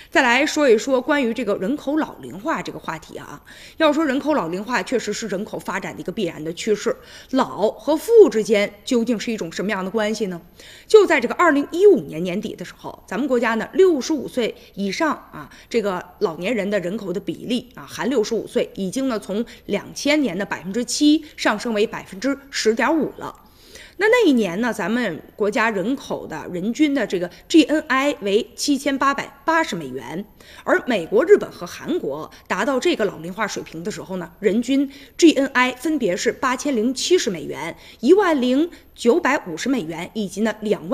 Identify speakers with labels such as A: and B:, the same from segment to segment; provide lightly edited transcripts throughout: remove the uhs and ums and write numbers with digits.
A: 再来说一说关于这个人口老龄化这个话题啊。要说人口老龄化确实是人口发展的一个必然的趋势，老和富之间究竟是一种什么样的关系呢？就在这个2015年年底的时候，咱们国家呢65岁以上啊这个老年人的人口的比例啊，含65岁已经呢从2000年的7%上升为10.5%了。那一年呢，咱们国家人口的人均的这个 GNI 为7880美元，而美国、日本和韩国达到这个老龄化水平的时候呢，人均 GNI 分别是8070美元、10950美元以及呢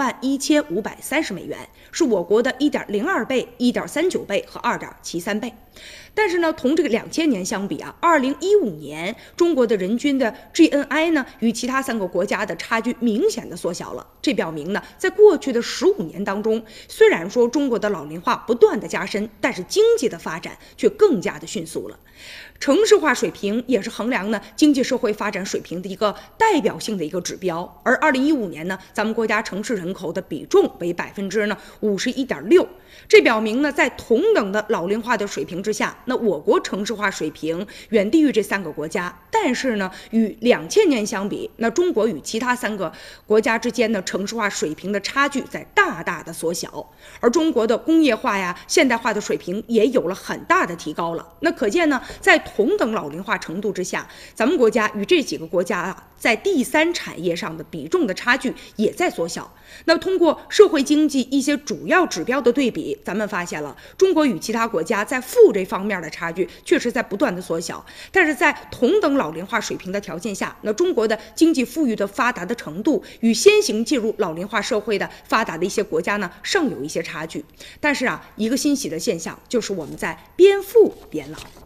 A: 21530美元，是我国的1.02倍、1.39倍和2.73倍。但是呢，同这个2000年相比啊，2015年中国的人均的 GNI 呢，与其他3个国家的差距明显的缩小了。这表明呢，在过去的15年当中，虽然说中国的老龄化不断的加深，但是经济的发展却更加的迅速了。城市化水平也是衡量呢经济社会发展水平的一个代表性的一个指标，而2015年呢，咱们国家城市人口的比重为51.6%，这表明呢，在同等的老龄化的水平之下，那我国城市化水平远低于这3个国家，但是呢，与2000年相比，那中国与其他3个国家之间的城市化水平的差距在大大的缩小，而中国的工业化呀、现代化的水平也有了很大的提高了。那可见呢，在同等老龄化程度之下，咱们国家与这几个国家啊，在第3产业上的比重的差距也在缩小。那通过社会经济一些主要指标的对比，咱们发现了中国与其他国家在富这方面的差距确实在不断的缩小，但是在同等老龄化水平的条件下，那中国的经济富裕的发达的程度与先行进入老龄化社会的发达的一些国家呢，尚有一些差距。但是啊，一个欣喜的现象就是我们在边富边老。